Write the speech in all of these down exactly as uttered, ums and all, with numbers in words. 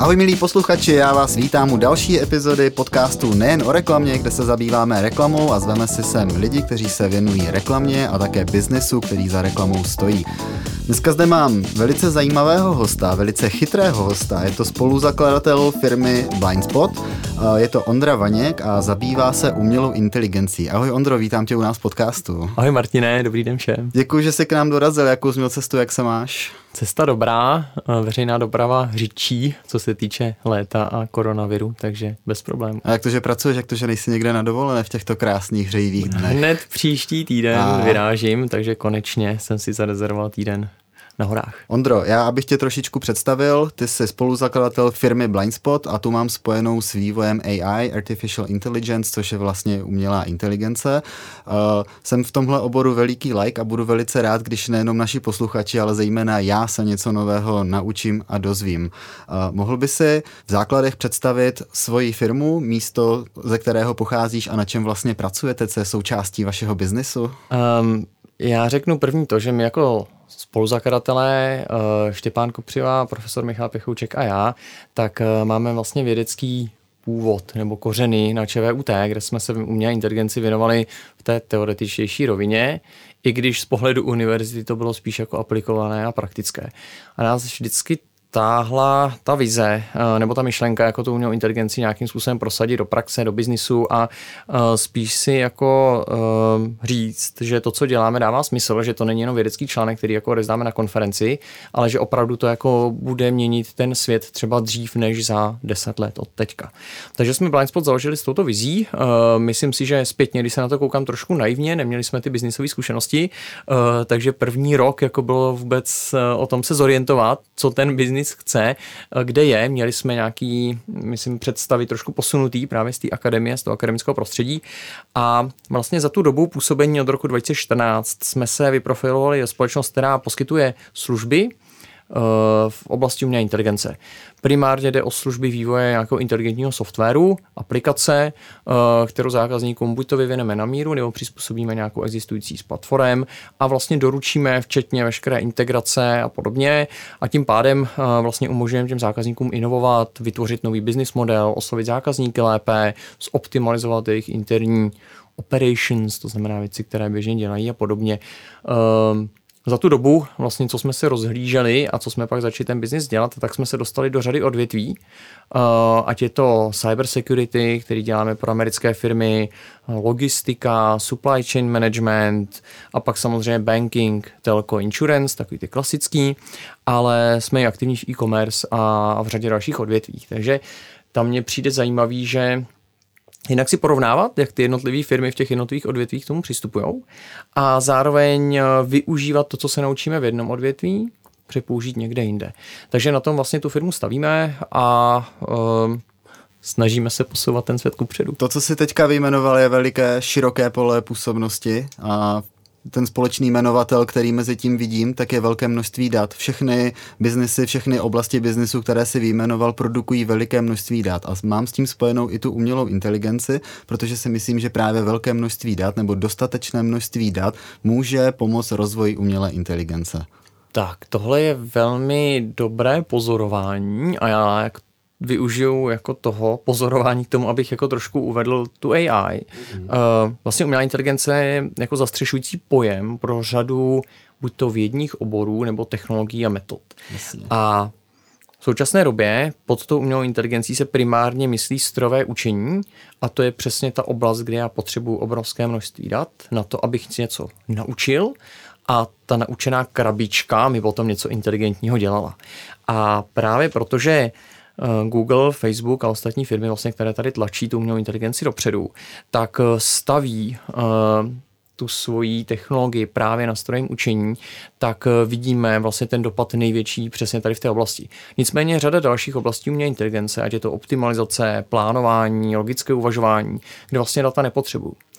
Ahoj milí posluchači, já vás vítám u další epizody podcastu Nejen o reklamě, kde se zabýváme reklamou a zveme si sem lidi, kteří se věnují reklamě a také biznesu, který za reklamou stojí. Dneska zde mám velice zajímavého hosta, velice chytrého hosta. Je to spoluzakladatel firmy Blindspot, je to Ondra Vaněk a zabývá se umělou inteligencí. Ahoj Ondro, vítám tě u nás v podcastu. Ahoj Martine, dobrý den všem. Děkuji, že jsi k nám dorazil, jakou jsi měl cestu, jak se máš? Cesta dobrá, veřejná doprava hřičí, co se týče léta a koronaviru, takže bez problémů. A jak to, že pracuješ, jak to, že nejsi někde na dovolené v těchto krásných hřejivých dnech? Hned příští týden a... vyrážím, takže konečně jsem si zarezervoval týden na horách. Ondro, já abych tě trošičku představil, ty jsi spoluzakladatel firmy Blindspot a tu mám spojenou s vývojem A I, Artificial Intelligence, což je vlastně umělá inteligence. Uh, jsem v tomhle oboru veliký like a budu velice rád, když nejenom naši posluchači, ale zejména já se něco nového naučím a dozvím. Uh, mohl by si v základech představit svoji firmu, místo, ze kterého pocházíš a na čem vlastně pracujete, co je součástí vašeho biznesu? Um, já řeknu první to, že my jako spoluzakladatelé Štěpán Kopřiva, profesor Michal Pěchouček a já, tak máme vlastně vědecký původ nebo kořeny na ČVUT, kde jsme se umělé inteligenci věnovali v té teoretičtější rovině, i když z pohledu univerzity to bylo spíš jako aplikované a praktické. A nás vždycky táhla ta vize, nebo ta myšlenka, jako tu umělou inteligenci nějakým způsobem prosadit do praxe, do biznisu a spíš si jako říct, že to, co děláme, dává smysl, že to není jenom vědecký článek, který jako odezdáme na konferenci, ale že opravdu to jako bude měnit ten svět třeba dřív než za deset let od teďka. Takže jsme Blindspot založili s touto vizí. Myslím si, že zpětně, když se na to koukám trošku naivně, neměli jsme ty biznisové zkušenosti, takže první rok jako bylo vůbec o tom se zorientovat, co ten biznis chce, kde je. Měli jsme nějaký, myslím, představy trošku posunutý právě z té akademie, z toho akademického prostředí a vlastně za tu dobu působení od roku dva tisíce čtrnáct jsme se vyprofilovali jako společnost, která poskytuje služby v oblasti umělé inteligence. Primárně jde o služby vývoje nějakého inteligentního softwaru, aplikace, kterou zákazníkům buď to vyvineme na míru, nebo přizpůsobíme nějakou existující z platform a vlastně doručíme včetně veškeré integrace a podobně a tím pádem vlastně umožňujeme těm zákazníkům inovovat, vytvořit nový business model, oslovit zákazníky lépe, zoptimalizovat jejich interní operations, to znamená věci, které běžně dělají a podobně. Za tu dobu, vlastně, co jsme se rozhlíželi a co jsme pak začali ten biznis dělat, tak jsme se dostali do řady odvětví. Ať je to cyber security, který děláme pro americké firmy, logistika, supply chain management a pak samozřejmě banking, telco, insurance, takový ty klasický, ale jsme i aktivní v e-commerce a v řadě dalších odvětví. Takže tam mně přijde zajímavý, že jinak si porovnávat, jak ty jednotlivé firmy v těch jednotlivých odvětvích k tomu přistupují a zároveň využívat to, co se naučíme v jednom odvětví, přepoužít někde jinde. Takže na tom vlastně tu firmu stavíme a um, snažíme se posouvat ten svět kupředu. To, co si teďka vyjmenoval, je veliké, široké pole působnosti a ten společný jmenovatel, který mezi tím vidím, tak je velké množství dat. Všechny biznesy, všechny oblasti biznesu, které si vyjmenoval, produkují veliké množství dat. A mám s tím spojenou i tu umělou inteligenci, protože si myslím, že právě velké množství dat nebo dostatečné množství dat může pomoct rozvoji umělé inteligence. Tak, tohle je velmi dobré pozorování a já jak využiju jako toho pozorování k tomu, abych jako trošku uvedl tu A I. Mm. Uh, vlastně umělá inteligence je jako zastřešující pojem pro řadu buď to vědních oborů nebo technologií a metod. Jasně. A v současné době pod tou umělou inteligencí se primárně myslí strojové učení a to je přesně ta oblast, kde já potřebuji obrovské množství dat na to, abych něco naučil a ta naučená krabička mi potom něco inteligentního dělala. A právě protože Google, Facebook a ostatní firmy, vlastně, které tady tlačí tu umělou inteligenci dopředu, tak staví uh, tu svoji technologii právě na strojovém učení, tak vidíme vlastně ten dopad největší přesně tady v té oblasti. Nicméně řada dalších oblastí umělé inteligence, ať je to optimalizace, plánování, logické uvažování, kde vlastně data nepotřebují.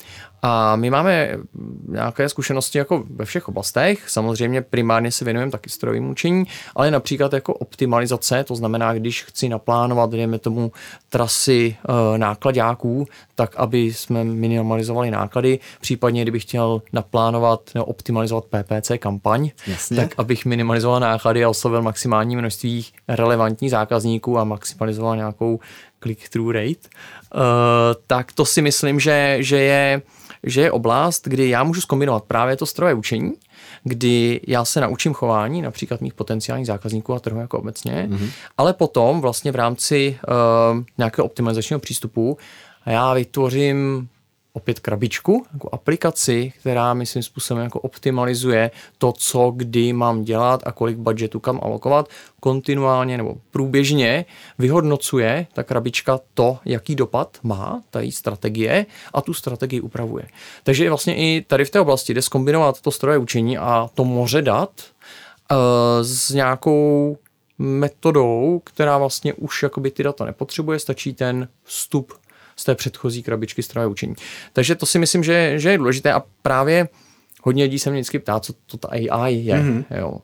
A my máme nějaké zkušenosti jako ve všech oblastech, samozřejmě primárně se věnujeme taky strojovým učení, ale například jako optimalizace, to znamená, když chci naplánovat, dejme tomu, trasy e, nákladáků, tak aby jsme minimalizovali náklady, případně kdybych chtěl naplánovat nebo optimalizovat P P C kampaň, Jasně. tak abych minimalizoval náklady a oslovil maximální množství relevantních zákazníků a maximalizoval nějakou click-through rate, uh, tak to si myslím, že, že, je, že je oblast, kdy já můžu zkombinovat právě to strojové učení, kdy já se naučím chování například mých potenciálních zákazníků a trhu jako obecně, mm-hmm. ale potom vlastně v rámci uh, nějakého optimalizačního přístupu já vytvořím opět krabičku, jako aplikaci, která mi svým způsobem jako optimalizuje to, co kdy mám dělat a kolik budgetu kam alokovat, kontinuálně nebo průběžně vyhodnocuje ta krabička to, jaký dopad má ta její strategie a tu strategii upravuje. Takže vlastně i tady v té oblasti jde zkombinovat to strojové učení a to moře dat uh, s nějakou metodou, která vlastně už jakoby ty data nepotřebuje, stačí ten vstup z té předchozí krabičky strojové učení. Takže to si myslím, že, že je důležité a právě hodně lidí se mě vždycky ptá, co to ta A I je. Mm-hmm. Jo.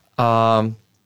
A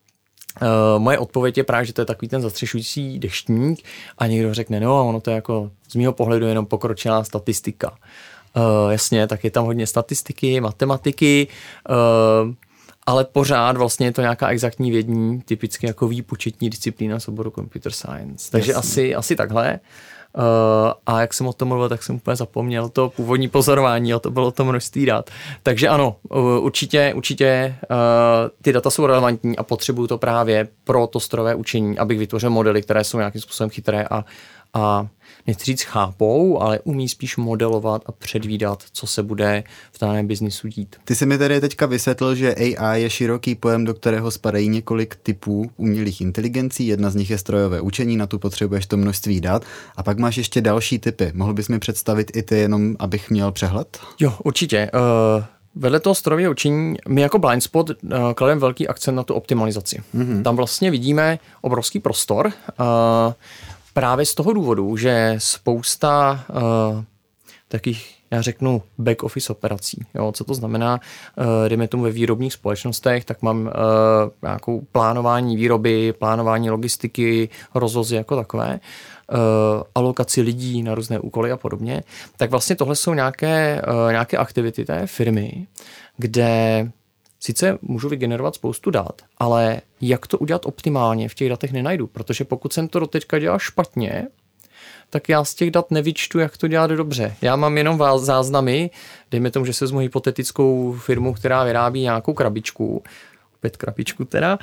uh, moje odpověď je právě, že to je takový ten zastřešující deštník a někdo řekne, no ono to je jako z mýho pohledu jenom pokročilá statistika. Uh, jasně, tak je tam hodně statistiky, matematiky, uh, ale pořád vlastně je to nějaká exaktní vědní, typicky jako výpočetní disciplína z oboru computer science. Takže asi, asi takhle. Uh, a jak jsem o tom mluvil, tak jsem úplně zapomněl to původní pozorování, to bylo to množství dat. Takže ano, uh, určitě, určitě uh, ty data jsou relevantní a potřebuju to právě pro to strojové učení, abych vytvořil modely, které jsou nějakým způsobem chytré a, a nechci říct chápou, ale umí spíš modelovat a předvídat, co se bude v daném biznisu dít. Ty jsi mi tady teďka vysvětlil, že A I je široký pojem, do kterého spadají několik typů umělých inteligencí. Jedna z nich je strojové učení, na tu potřebuješ to množství dat. A pak máš ještě další typy. Mohl bys mi představit i ty, jenom abych měl přehled? Jo, určitě. Uh... Vedle toho strojového učení my jako Blindspot uh, klademe velký akcent na tu optimalizaci. Mm-hmm. Tam vlastně vidíme obrovský prostor uh, právě z toho důvodu, že spousta uh, takých, já řeknu, back office operací. Jo, co to znamená? Uh, dejme tomu ve výrobních společnostech, tak mám uh, nějakou plánování výroby, plánování logistiky, rozvozy jako takové, uh, alokaci lidí na různé úkoly a podobně. Tak vlastně tohle jsou nějaké, uh, nějaké aktivity té firmy, kde sice můžu vygenerovat spoustu dat, ale jak to udělat optimálně v těch datech nenajdu, protože pokud jsem to doteďka dělal špatně, tak já z těch dat nevyčtu, jak to dělat dobře. Já mám jenom záznamy, dejme tomu, že se vezmu hypotetickou firmu, která vyrábí nějakou krabičku, opět krabičku teda,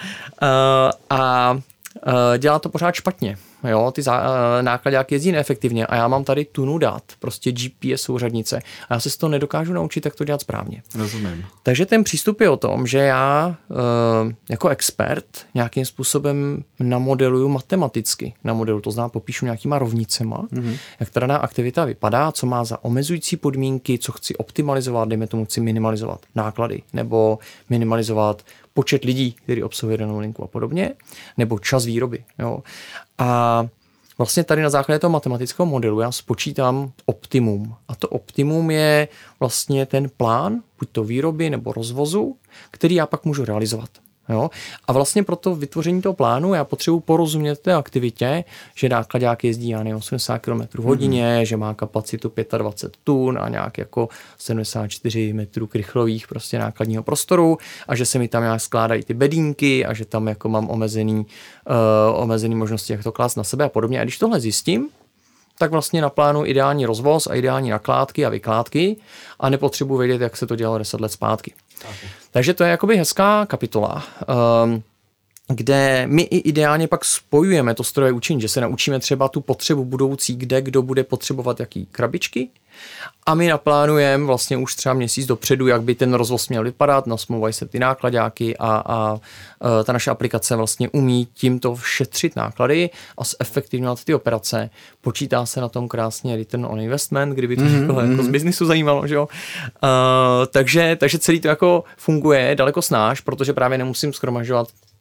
a dělá to pořád špatně. Jo, ty zá, nákladáky jezdí neefektivně a já mám tady tunu dat, prostě G P S souřadnice a já se z toho nedokážu naučit, jak to dělat správně. Rozumím. Takže ten přístup je o tom, že já e, jako expert nějakým způsobem namodeluju matematicky. Namodelu, to znamená, popíšu nějakýma rovnicema, mm-hmm. jak ta daná aktivita vypadá, co má za omezující podmínky, co chci optimalizovat, dejme tomu, chci minimalizovat náklady nebo minimalizovat počet lidí, který obsahuje danou linku a podobně, nebo čas výroby. Jo. A vlastně tady na základě toho matematického modelu já spočítám optimum. A to optimum je vlastně ten plán, buď to výroby nebo rozvozu, který já pak můžu realizovat. Jo? A vlastně pro to vytvoření toho plánu já potřebuji porozumět té aktivitě, že nákladák jezdí já nevím, osmdesát kilometrů v hodině, mm-hmm. že má kapacitu dvacet pět tun a nějak jako sedmdesát čtyři metrů krychlových prostě nákladního prostoru a že se mi tam nějak skládají ty bedínky a že tam jako mám omezený, uh, omezený možnosti, jak to klást na sebe a podobně. A když tohle zjistím, tak vlastně naplánuji ideální rozvoz a ideální nakládky a vykládky a nepotřebuji vědět, jak se to dělalo deset let zpátky. Okay. Takže to je jakoby hezká kapitola, um, kde my i ideálně pak spojujeme to strojové učení, že se naučíme třeba tu potřebu budoucí, kde kdo bude potřebovat jaký krabičky a my naplánujeme vlastně už třeba měsíc dopředu, jak by ten rozvoz měl vypadat, nasmlouvají se ty nákladáky a, a, a ta naše aplikace vlastně umí tímto šetřit náklady a zefektivňovat ty operace. Počítá se na tom krásně return on investment, kdyby to mm-hmm. jako, jako z biznisu zajímalo, že jo. Uh, takže, takže celý to jako funguje daleko snáš, protože právě nemusím shromažďovat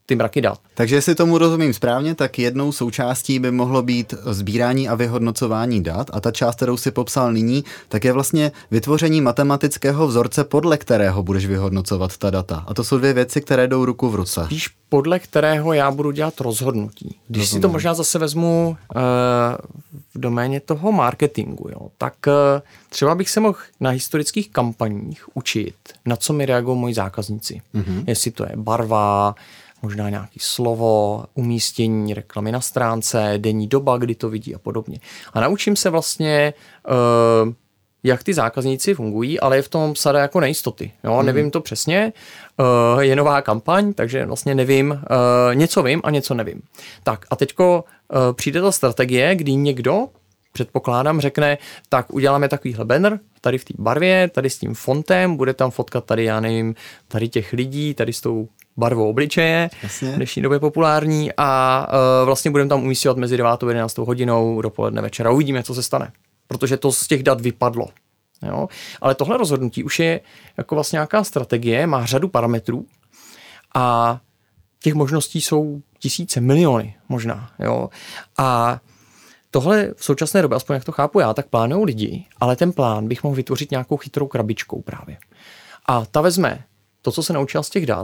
ty mraky dat. Takže jestli tomu rozumím správně, tak jednou součástí by mohlo být sbírání a vyhodnocování dat a ta část, kterou si popsal nyní, tak je vlastně vytvoření matematického vzorce, podle kterého budeš vyhodnocovat ta data. A to jsou dvě věci, které jdou ruku v ruce. Spíš podle kterého já budu dělat rozhodnutí. Když Rozumím. si to možná zase vezmu uh, v doméně toho marketingu, jo, tak uh, třeba bych se mohl na historických kampaních učit, na co mi reagují moji zákazníci. Mm-hmm. Jestli to je barva, možná nějaké slovo, umístění reklamy na stránce, denní doba, kdy to vidí a podobně. A naučím se vlastně, uh, jak ty zákazníci fungují, ale je v tom sada jako nejistoty. Jo? Hmm. Nevím to přesně, uh, je nová kampaň, takže vlastně nevím, uh, něco vím a něco nevím. Tak a teďko uh, přijde ta strategie, kdy někdo, předpokládám, řekne, tak uděláme takovýhle banner, tady v té barvě, tady s tím fontem, bude tam fotka tady, já nevím, tady těch lidí, tady s tou barvou obličeje, v dnešní době populární a uh, vlastně budeme tam umístěvat mezi devátou a jedenáctou hodinou dopoledne večera. Uvidíme, co se stane, protože to z těch dat vypadlo. Jo? Ale tohle rozhodnutí už je jako vlastně nějaká strategie, má řadu parametrů a těch možností jsou tisíce, miliony možná. Jo? A tohle v současné době, aspoň jak to chápu já, tak plánují lidi, ale ten plán bych mohl vytvořit nějakou chytrou krabičkou právě. A ta vezme to, co se naučila z těch dat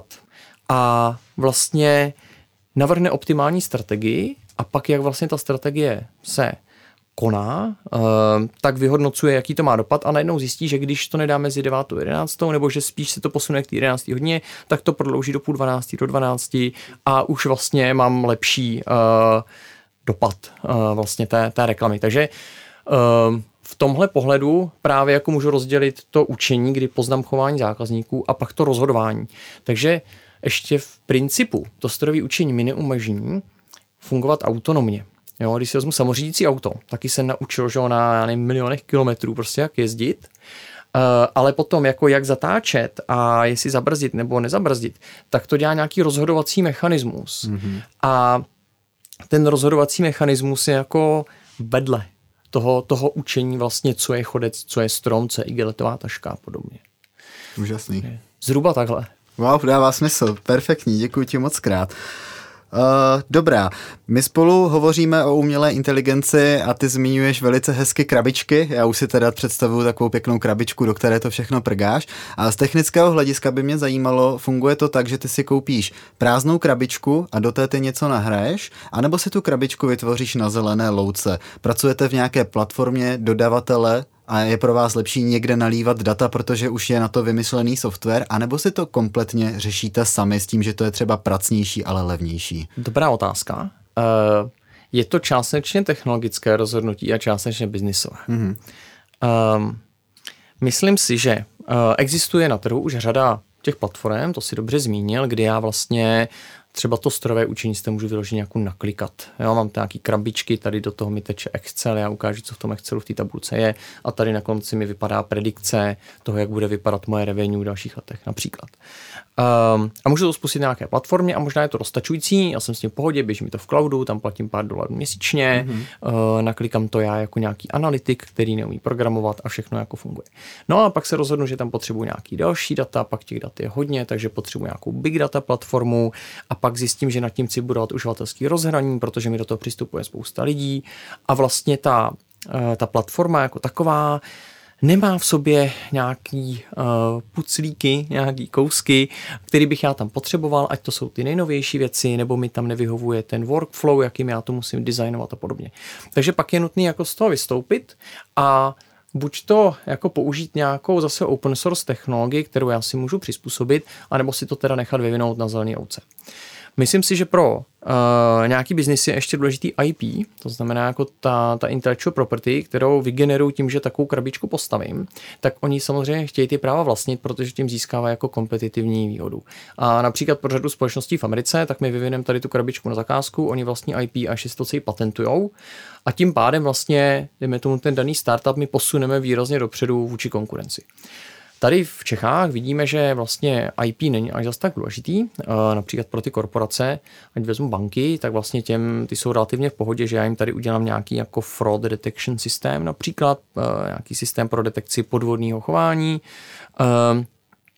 a vlastně navrhne optimální strategii a pak, jak vlastně ta strategie se koná, tak vyhodnocuje, jaký to má dopad a najednou zjistí, že když to nedá mezi devátou a jedenáctou, nebo že spíš se to posune k té jedenácté hodině, tak to prodlouží do půl dvanáctý, do dvanácti a už vlastně mám lepší uh, dopad uh, vlastně té, té reklamy. Takže uh, v tomhle pohledu právě jako můžu rozdělit to učení, kdy poznám chování zákazníků a pak to rozhodování. Takže ještě v principu to strojové učení mi neumožní fungovat autonomně. Jo, když si vezmu samořídící auto, taky se naučil, že na já nevím, milionech kilometrů prostě jak jezdit, uh, ale potom jako jak zatáčet a jestli zabrzdit nebo nezabrzdit, tak to dělá nějaký rozhodovací mechanismus. Mm-hmm. A ten rozhodovací mechanismus je jako vedle toho, toho učení vlastně, co je chodec, co je strom, co je igelitová taška a podobně. Úžasný. Zhruba takhle. Wow, dává smysl. Perfektní, děkuji ti moc krát. Uh, dobrá, my spolu hovoříme o umělé inteligenci a ty zmiňuješ velice hezky krabičky, já už si teda představuju takovou pěknou krabičku, do které to všechno prgáš a z technického hlediska by mě zajímalo, funguje to tak, že ty si koupíš prázdnou krabičku a do té ty něco nahraješ, anebo si tu krabičku vytvoříš na zelené louce, pracujete v nějaké platformě dodavatele a je pro vás lepší někde nalívat data, protože už je na to vymyslený software, anebo si to kompletně řešíte sami s tím, že to je třeba pracnější, ale levnější? Dobrá otázka. Je to částečně technologické rozhodnutí a částečně biznisové. Mm-hmm. Myslím si, že existuje na trhu už řada těch platform, to si dobře zmínil, kdy já vlastně třeba to strojové učení jste můžu vyložit nějakou naklikat. Jo, mám nějaký krabičky, tady do toho mi teče Excel, já ukážu, co v tom Excelu v té tabulce je a tady na konci mi vypadá predikce toho, jak bude vypadat moje revenue v dalších letech například. Um, a můžu to spustit na nějaké platformě a možná je to dostačující, já jsem s tím v pohodě, běží mi to v cloudu, tam platím pár dolarů měsíčně, mm-hmm. uh, naklikám to já jako nějaký analytik, který neumí programovat a všechno jako funguje. No a pak se rozhodnu, že tam potřebuji nějaký další data, pak těch dat je hodně, takže potřebuji nějakou big data platformu a pak zjistím, že nad tím chci budovat uživatelský rozhraní, protože mi do toho přistupuje spousta lidí a vlastně ta, ta platforma jako taková nemá v sobě nějaký uh, puclíky, nějaký kousky, který bych já tam potřeboval, ať to jsou ty nejnovější věci, nebo mi tam nevyhovuje ten workflow, jakým já to musím designovat a podobně. Takže pak je nutný jako z toho vystoupit a buď to jako použít nějakou zase open source technologii, kterou já si můžu přizpůsobit, anebo si to teda nechat vyvinout na zelený louce. Myslím si, že pro uh, nějaký biznis je ještě důležitý I P, to znamená jako ta, ta intellectual property, kterou vygeneruju tím, že takovou krabičku postavím, tak oni samozřejmě chtějí ty práva vlastnit, protože tím získávají jako kompetitivní výhodu. A například pro řadu společností v Americe, tak my vyvineme tady tu krabičku na zakázku, oni vlastní I P až si to celý patentujou a tím pádem vlastně, dejme tomu ten daný startup, my posuneme výrazně dopředu vůči konkurenci. Tady v Čechách vidíme, že vlastně I P není až zase tak důležitý, například pro ty korporace, ať vezmu banky, tak vlastně těm, ty jsou relativně v pohodě, že já jim tady udělám nějaký jako fraud detection systém, například nějaký systém pro detekci podvodného chování,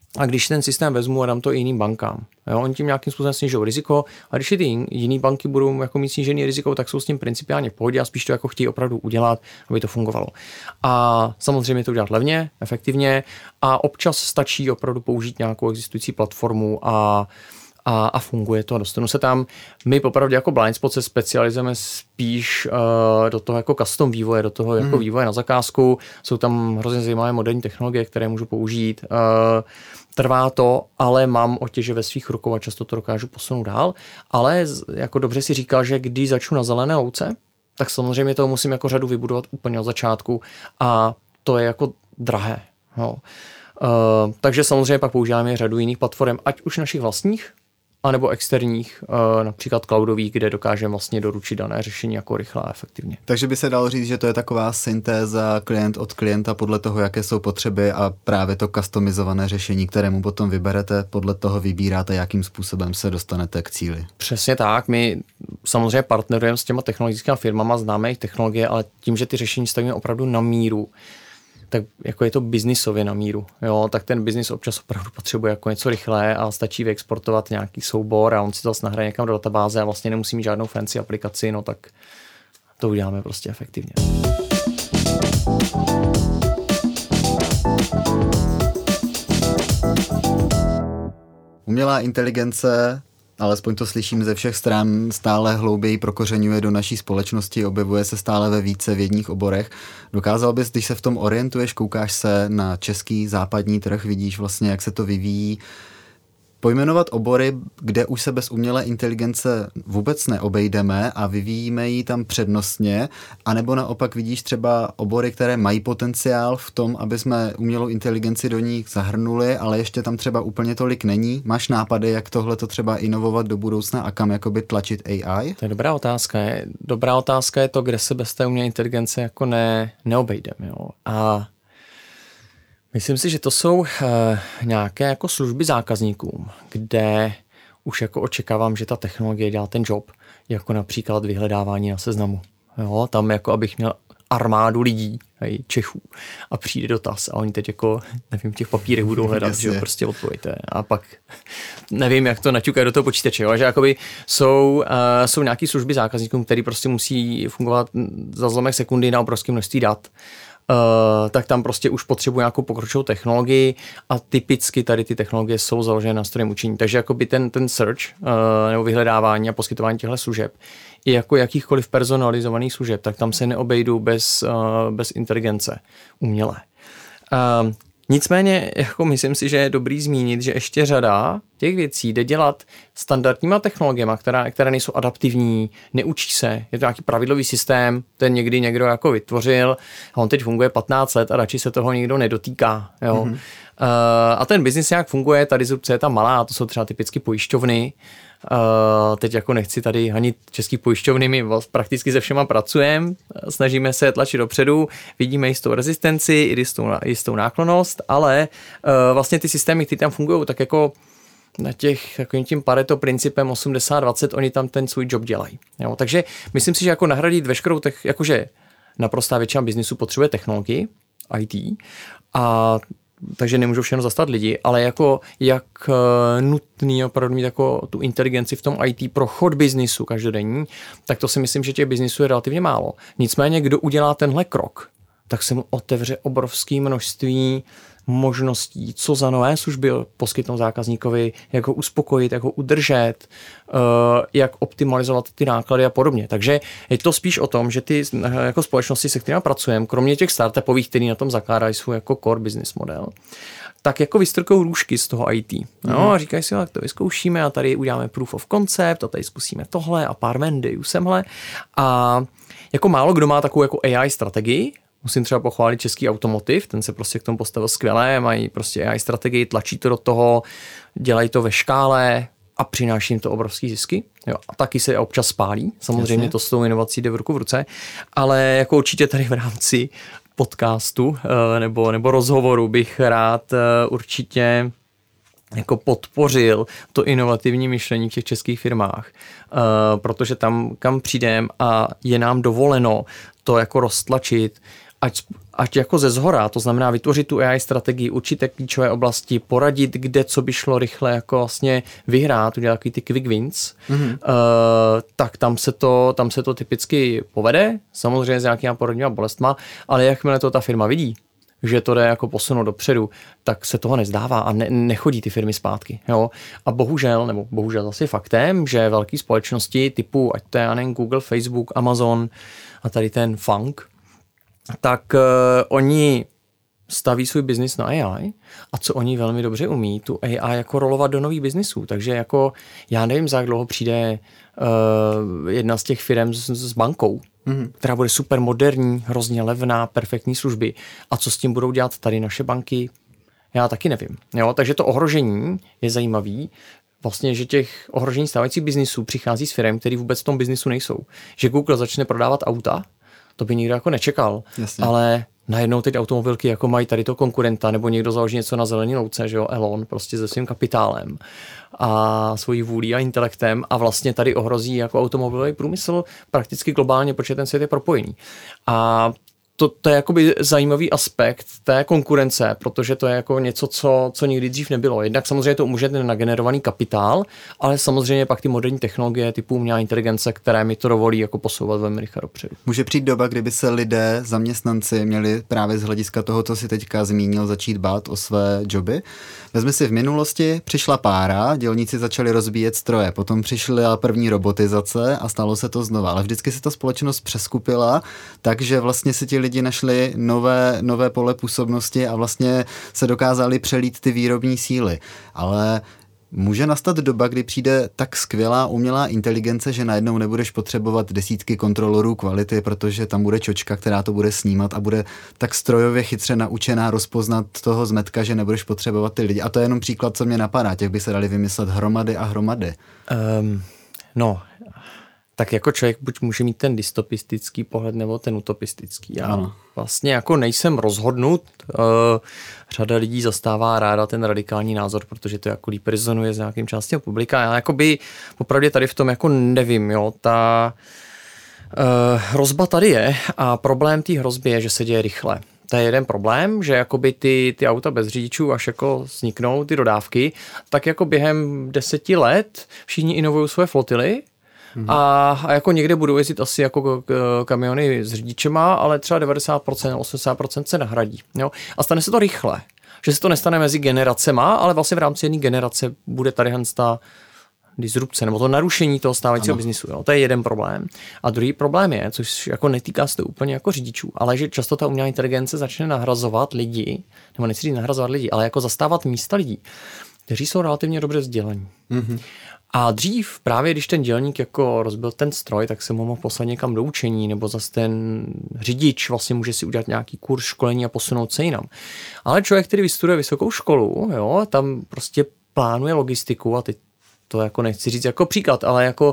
A když ten systém vezmu a dám to i jiným bankám, jo, oni tím nějakým způsobem snižují riziko, a když ty jiné banky budou jako mít snížený riziko, tak jsou s tím principiálně v pohodě a spíš to jako chtějí opravdu udělat, aby to fungovalo. A samozřejmě to udělat levně, efektivně a občas stačí opravdu použít nějakou existující platformu a A, a funguje to. Dostanu se tam. My popravdě jako Blindspot se specializujeme spíš uh, do toho jako custom vývoje, do toho jako hmm. vývoje na zakázku. Jsou tam hrozně zajímavé moderní technologie, které můžu použít. Uh, trvá to, ale mám otěže ve svých rukou a často to dokážu posunout dál. Ale jako dobře si říkal, že když začnu na zelené louce, tak samozřejmě toho musím jako řadu vybudovat úplně od začátku a to je jako drahé. No. Uh, takže samozřejmě pak používáme řadu jiných platform, ať už našich vlastních, anebo externích, například cloudových, kde dokážeme vlastně doručit dané řešení jako rychle a efektivně. Takže by se dalo říct, že to je taková syntéza klient od klienta podle toho, jaké jsou potřeby a právě to customizované řešení, kterému potom vyberete, podle toho vybíráte, jakým způsobem se dostanete k cíli. Přesně tak. My samozřejmě partnerujeme s těma technologickými firmama, známe jejich technologie, ale tím, že ty řešení stavíme opravdu na míru, tak jako je to biznisově na míru, jo, tak ten biznis občas opravdu potřebuje jako něco rychlé a stačí vyexportovat nějaký soubor a on si to zase nahraje někam do databáze a vlastně nemusí mít žádnou fancy aplikaci, no tak to uděláme prostě efektivně. Umělá inteligence, alespoň to slyším ze všech stran, stále hlouběji prokořeňuje do naší společnosti, objevuje se stále ve více vědních oborech. Dokázal bys, když se v tom orientuješ, koukáš se na český západní trh, vidíš vlastně, jak se to vyvíjí, pojmenovat obory, kde už se bez umělé inteligence vůbec neobejdeme a vyvíjíme ji tam přednostně, anebo naopak vidíš třeba obory, které mají potenciál v tom, aby jsme umělou inteligenci do ní zahrnuli, ale ještě tam třeba úplně tolik není. Máš nápady, jak tohle to třeba inovovat do budoucna a kam jakoby tlačit A I? To je dobrá otázka. Je. Dobrá otázka je to, kde se bez té umělé inteligence jako ne, neobejdeme. Jo. A myslím si, že to jsou uh, nějaké jako služby zákazníkům, kde už jako očekávám, že ta technologie dělá ten job, jako například vyhledávání na seznamu. Jo, tam jako abych měl armádu lidí, hej, Čechů a přijde dotaz a oni teď jako, nevím, v těch papírech budou hledat, že jo, prostě odpověďte. A pak nevím, jak to naťukají do toho počítače, jo, že jakoby jsou, uh, jsou nějaké služby zákazníkům, které prostě musí fungovat za zlomek sekundy na obrovské množství dat. Uh, tak tam prostě už potřebuje nějakou pokročilou technologii a typicky tady ty technologie jsou založené na strojem učení. Takže jakoby ten, ten search uh, nebo vyhledávání a poskytování těchto služeb i jako jakýchkoliv personalizovaných služeb, tak tam se neobejdu bez, uh, bez inteligence umělé. Uh, Nicméně, jako myslím si, že je dobrý zmínit, že ještě řada těch věcí jde dělat standardníma technologiemi, které, které nejsou adaptivní, neučí se, je to nějaký pravidlový systém, ten někdy někdo jako vytvořil, a on teď funguje patnáct let a radši se toho nikdo nedotýká. Jo. Mm-hmm. Uh, a ten biznis nějak funguje, ta disrupce je tam malá, to jsou třeba typicky pojišťovny. Uh, teď jako nechci tady hanit český pojišťovny, my prakticky se všema pracujeme, snažíme se tlačit dopředu, vidíme jistou rezistenci, i jistou, jistou náklonnost, ale uh, vlastně ty systémy, které tam fungují, tak jako na těch takovým tím Pareto principem osmdesát dvacet, oni tam ten svůj job dělají. Jo? Takže myslím si, že jako nahradit veškerou, tech, jakože naprostá většina biznisu potřebuje technologii, I T, a takže nemůžou všechno zastat lidi, ale jako jak nutný opravdu mít jako tu inteligenci v tom I T pro chod biznisu každodenní, tak to si myslím, že těch biznisů je relativně málo. Nicméně, kdo udělá tenhle krok, tak se mu otevře obrovské množství možností, co za nové služby poskytnout zákazníkovi, jak ho uspokojit, jak ho udržet, jak optimalizovat ty náklady a podobně. Takže je to spíš o tom, že ty jako společnosti, se kterými pracujeme, kromě těch startupových, který na tom zakládají svůj jako core business model, tak jako vystrkou růžky z toho I T. No, mm. a říkají si, tak to vyzkoušíme a tady uděláme proof of concept a tady zkusíme tohle a pár vendejů semhle. A jako málo kdo má takovou jako A I strategii. Musím třeba pochválit český automotiv, ten se prostě k tomu postavil skvěle, mají prostě A I strategii, tlačí to do toho, dělají to ve škále a přináší jim to obrovský zisky. Jo, a taky se občas spálí, samozřejmě Jasně. to s tou inovací jde v ruku v ruce, ale jako určitě tady v rámci podcastu nebo, nebo rozhovoru bych rád určitě jako podpořil to inovativní myšlení v těch českých firmách, uh, protože tam, kam přijdem a je nám dovoleno to jako roztlačit ať, ať jako ze zhora, to znamená vytvořit tu A I strategii, určité klíčové oblasti, poradit, kde co by šlo rychle jako vlastně vyhrát, udělat takový ty quick wins, mm-hmm. uh, tak tam se, to, tam se to typicky povede, samozřejmě s nějakýma porodníma bolestma, ale jakmile to ta firma vidí, že to jde jako posunout dopředu, tak se toho nezdává a ne, nechodí ty firmy zpátky. Jo? A bohužel, nebo bohužel zase faktem, že velké společnosti typu, ať to je nevím, Google, Facebook, Amazon a tady ten Funk, tak uh, oni staví svůj biznis na A I a co oni velmi dobře umí, tu A I jako rolovat do nových biznisů. Takže jako já nevím, za jak dlouho přijde uh, jedna z těch firm s, s bankou, mm-hmm. která bude super moderní, hrozně levná, perfektní služby. A co s tím budou dělat tady naše banky, já taky nevím. Jo? Takže to ohrožení je zajímavý. Vlastně, že těch ohrožení stávajících biznisů přichází s firm, které vůbec v tom biznisu nejsou. Že Google začne prodávat auta, to by nikdo jako nečekal. Jasně. Ale najednou teď automobilky jako mají tady to konkurenta, nebo někdo založí něco na zelený louce, že jo, Elon, prostě se svým kapitálem a svojí vůlí a intelektem a vlastně tady ohrozí jako automobilový průmysl prakticky globálně, protože ten svět je propojený. A to, to je jakoby zajímavý aspekt té konkurence, protože to je jako něco, co, co nikdy dřív nebylo. Jednak samozřejmě to umožňuje ten nagenerovaný kapitál, ale samozřejmě pak ty moderní technologie typu umělá inteligence, které mi to dovolí jako posouvat velmi rychle dopředu. Může přijít doba, kdyby se lidé, zaměstnanci měli právě z hlediska toho, co si teďka zmínil, začít bát o své joby. Vezmi si v minulosti, přišla pára, dělníci začali rozbíjet stroje, potom přišla první robotizace a stalo se to znova. Ale vždycky se ta společnost přeskupila, takže vlastně si ti lidi našli nové, nové pole působnosti a vlastně se dokázali přelít ty výrobní síly. Ale může nastat doba, kdy přijde tak skvělá umělá inteligence, že najednou nebudeš potřebovat desítky kontrolorů kvality, protože tam bude čočka, která to bude snímat a bude tak strojově chytře naučená rozpoznat toho zmetka, že nebudeš potřebovat ty lidi. A to je jenom příklad, co mě napadá. Těch by se dali vymyslet hromady a hromady. Um, no... tak jako člověk buď může mít ten dystopistický pohled, nebo ten utopistický. Já ano. vlastně jako nejsem rozhodnut. Uh, řada lidí zastává ráda ten radikální názor, protože to jako líp rezonuje s nějakým částí publika. Já jakoby popravdě tady v tom jako nevím, jo. Ta uh, hrozba tady je a problém té hrozby je, že se děje rychle. To je jeden problém, že jakoby ty, ty auta bez řidičů, až jako vzniknou ty dodávky, tak jako během deseti let všichni inovují svoje flotily, A, a jako někde budou jezdit asi jako kamiony s řidičema, ale třeba devadesát procent, osmdesát procent se nahradí. Jo? A stane se to rychle. Že se to nestane mezi generacema, ale vlastně v rámci jedné generace bude tady ta disrupce, nebo to narušení toho stávajícího biznisu. Jo? To je jeden problém. A druhý problém je, což jako netýká se to úplně jako řidičů, ale že často ta umělá inteligence začne nahrazovat lidi, nebo nechci říct nahrazovat lidi, ale jako zastávat místa lidí, kteří jsou relativně dobře vzdělaní. Mm-hmm. A dřív, právě když ten dělník jako rozbil ten stroj, tak se mu mohl poslat někam do učení, nebo zase ten řidič vlastně může si udělat nějaký kurz školení a posunout se jinam. Ale člověk, který vystuduje vysokou školu, jo, tam prostě plánuje logistiku a teď to jako nechci říct jako příklad, ale jako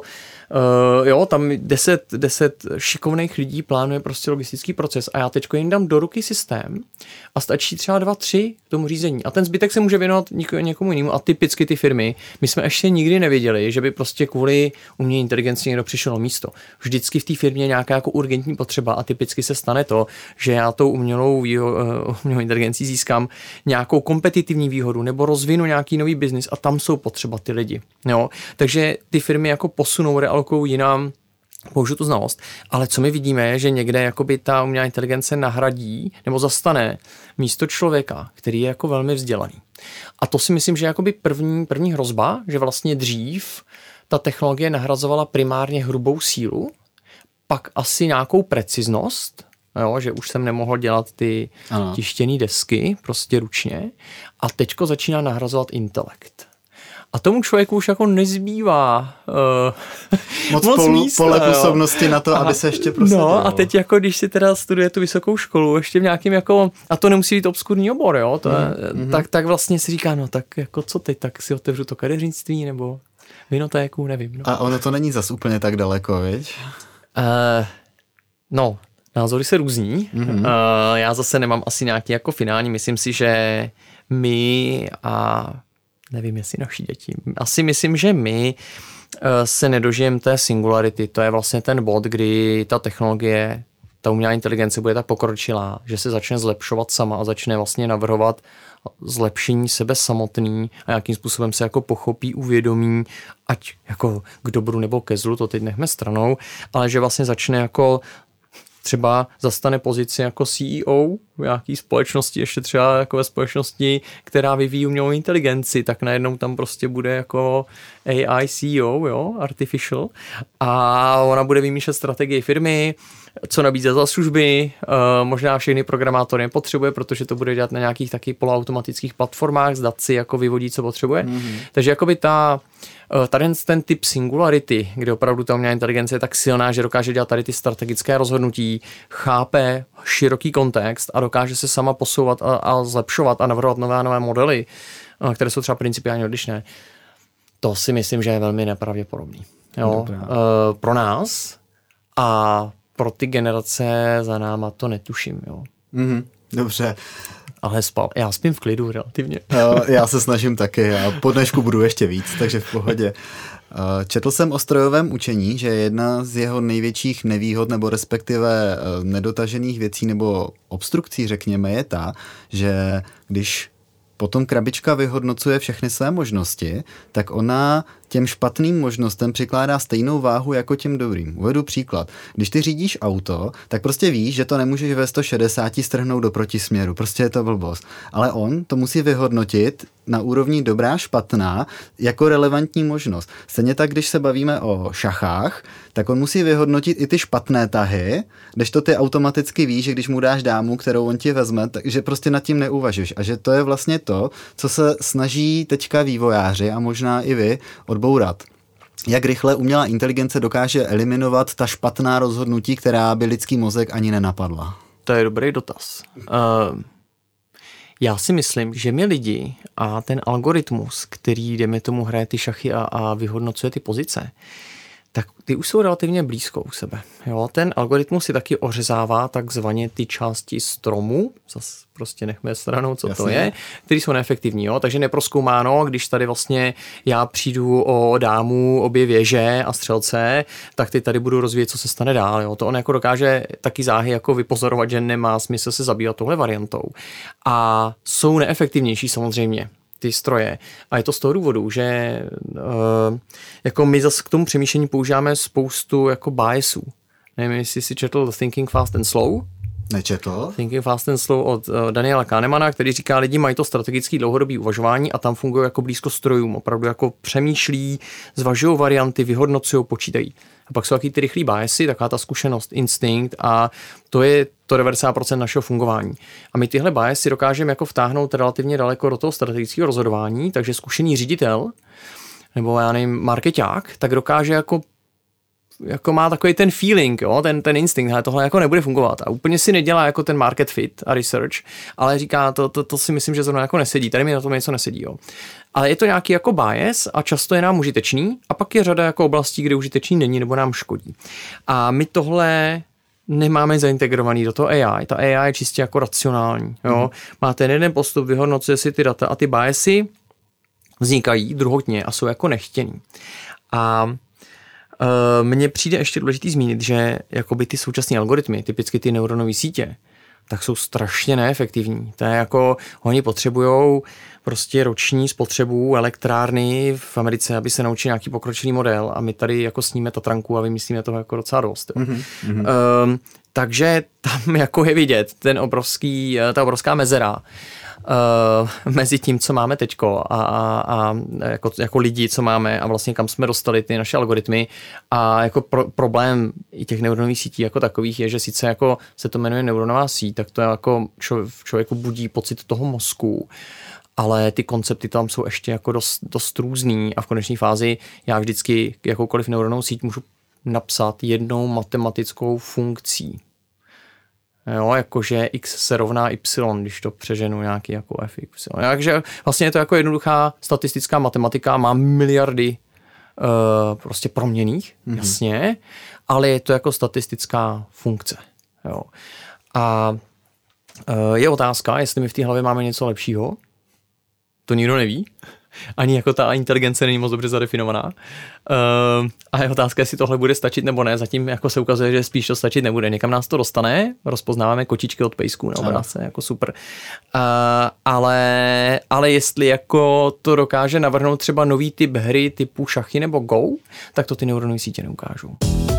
uh, jo, tam deset, deset šikovných lidí plánuje prostě logistický proces a já teďko jim dám do ruky systém a stačí třeba dva, tři k tomu řízení a ten zbytek se může věnovat něk- někomu jinému a typicky ty firmy, my jsme ještě nikdy nevěděli, že by prostě kvůli umělé inteligenci někdo přišel na místo. Vždycky v té firmě je nějaká jako urgentní potřeba a typicky se stane to, že já tou umělou, výho- uh, umělou inteligencí získám nějakou kompetitivní výhodu nebo rozvinu nějaký nový biznis a tam jsou potřeba ty lidi. Jo? Takže ty firmy jako posunou, realokují jinam, použiju tu znalost, ale co my vidíme je, že někde jakoby ta umělá inteligence nahradí nebo zastane místo člověka, který je jako velmi vzdělaný. A to si myslím, že je jakoby první, první hrozba, že vlastně dřív ta technologie nahrazovala primárně hrubou sílu, pak asi nějakou preciznost, jo, že už jsem nemohl dělat ty ano. tištěné desky prostě ručně a teďko začíná nahrazovat intelekt. A tomu člověku už jako nezbývá uh, moc, moc pol, místa, pole působnosti na to, a, aby se ještě prosadil. No a teď jako když si teda studuje tu vysokou školu, ještě v nějakým jako, a to nemusí být obskurní obor, jo, to je, mm-hmm. tak, tak vlastně si říká, no tak jako co teď, tak si otevřu to kadeřnictví nebo vinotéku, nevím. No. A ono to není zas úplně tak daleko, viď? Uh, no, názory se různí. Mm-hmm. Uh, já zase nemám asi nějaký jako finální, myslím si, že my a nevím, jestli naši děti. Asi myslím, že my se nedožijeme té singularity. To je vlastně ten bod, kdy ta technologie ta umělá inteligence bude tak pokročilá, že se začne zlepšovat sama a začne vlastně navrhovat zlepšení sebe samotný a jakým způsobem se jako pochopí, uvědomí, ať jako k dobru nebo ke zlu, to teď nechme stranou, ale že vlastně začne jako třeba zastane pozici jako C E O v nějaký společnosti, ještě třeba jako ve společnosti, která vyvíjí umělou inteligenci, tak najednou tam prostě bude jako A I C E O, jo, artificial, a ona bude vymýšlet strategii firmy, co nabízet za služby, možná všechny programátory nepotřebuje, protože to bude dělat na nějakých taky poloautomatických platformách, zdat si jako vyvodí, co potřebuje. Mm-hmm. Takže jakoby ta tady ten typ singularity, kde opravdu ta umělá inteligence je tak silná, že dokáže dělat tady ty strategické rozhodnutí, chápe široký kontext a dokáže se sama posouvat a, a zlepšovat a navrhovat nové a nové modely, které jsou třeba principiálně odlišné. To si myslím, že je velmi nepravděpodobný. Jo? E, pro nás a pro ty generace za náma to netuším. Jo? Mm-hmm. Dobře. Ale spal. Já spím v klidu relativně. Já se snažím taky a po dnešku budu ještě víc, takže v pohodě. Četl jsem o strojovém učení, že jedna z jeho největších nevýhod nebo respektive nedotažených věcí nebo obstrukcí, řekněme, je ta, že když potom krabička vyhodnocuje všechny své možnosti, tak ona těm špatným možnostem přikládá stejnou váhu jako těm dobrým. Uvedu příklad. Když ty řídíš auto, tak prostě víš, že to nemůžeš ve sto šedesát strhnout do protisměru. Prostě je to blbost. Ale on to musí vyhodnotit na úrovni dobrá, špatná jako relevantní možnost. Stejně tak, když se bavíme o šachách, tak on musí vyhodnotit i ty špatné tahy, kdežto ty automaticky ví, že když mu dáš dámu, kterou on ti vezme, takže prostě nad tím neuvažuješ. A že to je vlastně to, co se snaží teďka vývojáři a možná i vy odbourat. Jak rychle umělá inteligence dokáže eliminovat ta špatná rozhodnutí, která by lidský mozek ani nenapadla? To je dobrý dotaz. Uh, já si myslím, že my lidi a ten algoritmus, který, jdeme tomu, hraje ty šachy a, a vyhodnocuje ty pozice, tak ty už jsou relativně blízko u sebe. Jo? Ten algoritmus si taky ořezává takzvaně ty části stromu, zase prostě nechme stranou, co Jasně. to je, který jsou neefektivní. Jo? Takže neprozkoumáno, když tady vlastně já přijdu o dámu, obě věže a střelce, tak ty tady budu rozvíjet, co se stane dál. Jo? To on jako dokáže taky záhy jako vypozorovat, že nemá smysl se zabývat tohle variantou. A jsou neefektivnější samozřejmě ty stroje. A je to z toho důvodu, že uh, jako my zase k tomu přemýšlení používáme spoustu jako biasů. Nevím, jestli jsi četl Thinking Fast and Slow. Nečetl. Thinking Fast and Slow od uh, Daniela Kahnemana, který říká, lidi mají to strategický dlouhodobý uvažování a tam fungují jako blízko strojům. Opravdu jako přemýšlí, zvažují varianty, vyhodnocují, počítají. A pak jsou taky ty rychlý biasy, taková ta zkušenost, instinkt, a to je to devadesát procent našeho fungování. A my tyhle biasy dokážeme jako vtáhnout relativně daleko do toho strategického rozhodování, takže zkušený ředitel nebo já nevím, markeťák, tak dokáže jako jako má takový ten feeling, jo, ten, ten instinkt, ale tohle jako nebude fungovat. A úplně si nedělá jako ten market fit a research, ale říká, to, to, to si myslím, že zrovna jako nesedí, tady mi na tom něco nesedí. Jo. Ale je to nějaký jako bias a často je nám užitečný a pak je řada jako oblastí, kde užitečný není nebo nám škodí. A my tohle nemáme zaintegrovaný do toho A I. Ta A I je čistě jako racionální. Jo. Mm. Máte jeden postup, vyhodnocuje si ty data a ty biasy vznikají druhotně a jsou jako nechtěný. A mně přijde ještě důležitý zmínit, že jakoby ty současné algoritmy, typicky ty neuronové sítě, tak jsou strašně neefektivní. To je jako, oni potřebujou prostě roční spotřebu elektrárny v Americe, aby se naučili nějaký pokročilý model a my tady jako sníme Tatranku a vymyslíme toho jako docela dost. Mm-hmm. Um, takže tam jako je vidět ten obrovský, ta obrovská mezera Uh, mezi tím, co máme teďko a, a, a jako, jako lidi, co máme a vlastně kam jsme dostali ty naše algoritmy a jako pro, problém i těch neuronových sítí jako takových je, že sice jako se to jmenuje neuronová síť, tak to je jako čov, v člověku budí pocit toho mozku, ale ty koncepty tam jsou ještě jako dost, dost různý a v konečné fázi já vždycky jakoukoliv neuronovou síť můžu napsat jednou matematickou funkcí. Jo, jakože x se rovná y, když to přeženu nějaký jako fx. Jo. Takže vlastně je to jako jednoduchá statistická matematika, má miliardy uh, prostě proměnných, mm-hmm. jasně, ale je to jako statistická funkce. Jo. A uh, je otázka, jestli my v té hlavě máme něco lepšího, to nikdo neví. ani jako ta inteligence není moc dobře zadefinovaná. Uh, a je otázka, jestli tohle bude stačit nebo ne. Zatím jako se ukazuje, že spíš to stačit nebude. Někam nás to dostane, rozpoznáváme kočičky od pejsků na obrázce, jako super. Uh, ale, ale jestli jako to dokáže navrhnout třeba nový typ hry typu šachy nebo Go, tak to ty neuronové sítě neukážou.